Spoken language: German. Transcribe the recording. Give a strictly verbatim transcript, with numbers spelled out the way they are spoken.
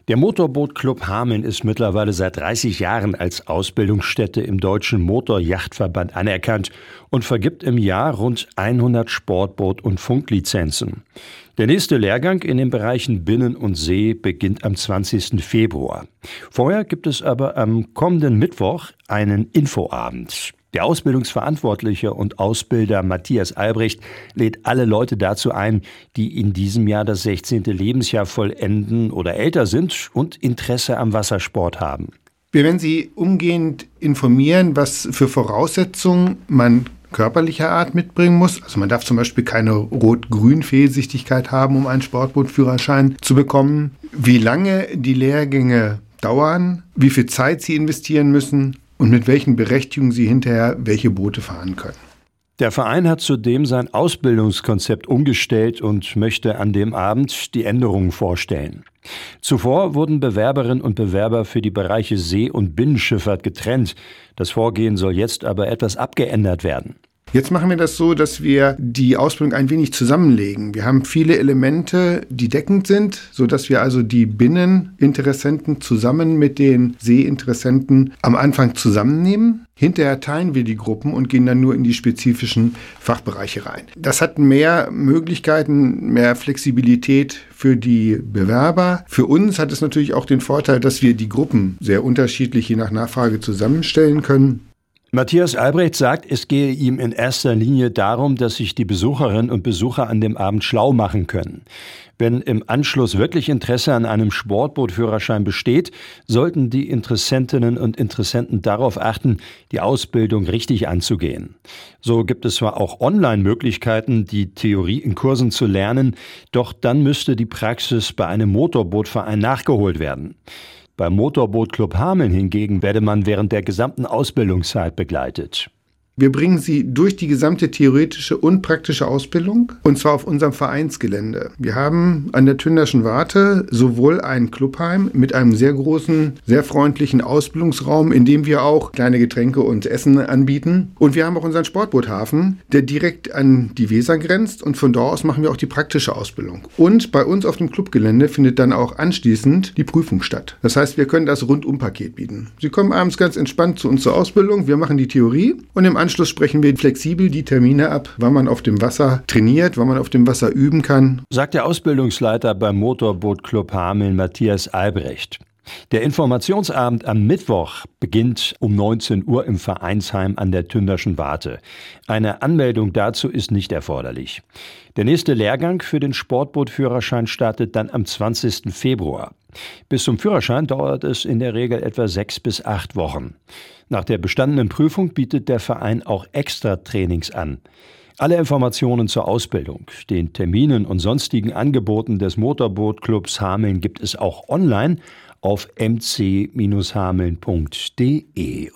Der Motorbootclub Hameln ist mittlerweile seit dreißig Jahren als Ausbildungsstätte im Deutschen Motoryachtverband anerkannt und vergibt im Jahr rund hundert Sportboot- und Funklizenzen. Der nächste Lehrgang in den Bereichen Binnen und See beginnt am zwanzigsten Februar. Vorher gibt es aber am kommenden Mittwoch einen Infoabend. Der Ausbildungsverantwortliche und Ausbilder Matthias Albrecht lädt alle Leute dazu ein, die in diesem Jahr das sechzehnte Lebensjahr vollenden oder älter sind und Interesse am Wassersport haben. Wir werden Sie umgehend informieren, was für Voraussetzungen man körperlicher Art mitbringen muss. Also man darf zum Beispiel keine Rot-Grün-Fehlsichtigkeit haben, um einen Sportbootführerschein zu bekommen. Wie lange die Lehrgänge dauern, wie viel Zeit Sie investieren müssen und mit welchen Berechtigungen Sie hinterher welche Boote fahren können. Der Verein hat zudem sein Ausbildungskonzept umgestellt und möchte an dem Abend die Änderungen vorstellen. Zuvor wurden Bewerberinnen und Bewerber für die Bereiche See- und Binnenschifffahrt getrennt. Das Vorgehen soll jetzt aber etwas abgeändert werden. Jetzt machen wir das so, dass wir die Ausbildung ein wenig zusammenlegen. Wir haben viele Elemente, die deckend sind, sodass wir also die Binneninteressenten zusammen mit den Seeinteressenten am Anfang zusammennehmen. Hinterher teilen wir die Gruppen und gehen dann nur in die spezifischen Fachbereiche rein. Das hat mehr Möglichkeiten, mehr Flexibilität für die Bewerber. Für uns hat es natürlich auch den Vorteil, dass wir die Gruppen sehr unterschiedlich je nach Nachfrage zusammenstellen können. Matthias Albrecht sagt, es gehe ihm in erster Linie darum, dass sich die Besucherinnen und Besucher an dem Abend schlau machen können. Wenn im Anschluss wirklich Interesse an einem Sportbootführerschein besteht, sollten die Interessentinnen und Interessenten darauf achten, die Ausbildung richtig anzugehen. So gibt es zwar auch Online-Möglichkeiten, die Theorie in Kursen zu lernen, doch dann müsste die Praxis bei einem Motorbootverein nachgeholt werden. Beim Motorbootclub Hameln hingegen werde man während der gesamten Ausbildungszeit begleitet. Wir bringen Sie durch die gesamte theoretische und praktische Ausbildung, und zwar auf unserem Vereinsgelände. Wir haben an der Tünderschen Warte sowohl ein Clubheim mit einem sehr großen, sehr freundlichen Ausbildungsraum, in dem wir auch kleine Getränke und Essen anbieten. Und wir haben auch unseren Sportboothafen, der direkt an die Weser grenzt, und von dort aus machen wir auch die praktische Ausbildung. Und bei uns auf dem Clubgelände findet dann auch anschließend die Prüfung statt. Das heißt, wir können das Rundumpaket bieten. Sie kommen abends ganz entspannt zu uns zur Ausbildung, wir machen die Theorie und im Anschluss sprechen wir flexibel die Termine ab, wann man auf dem Wasser trainiert, wann man auf dem Wasser üben kann. Sagt der Ausbildungsleiter beim Motorbootclub Hameln Matthias Albrecht. Der Informationsabend am Mittwoch beginnt um neunzehn Uhr im Vereinsheim an der Tünderschen Warte. Eine Anmeldung dazu ist nicht erforderlich. Der nächste Lehrgang für den Sportbootführerschein startet dann am zwanzigsten Februar. Bis zum Führerschein dauert es in der Regel etwa sechs bis acht Wochen. Nach der bestandenen Prüfung bietet der Verein auch Extra-Trainings an. Alle Informationen zur Ausbildung, den Terminen und sonstigen Angeboten des Motorbootclubs Hameln gibt es auch online auf m c Bindestrich hameln punkt de.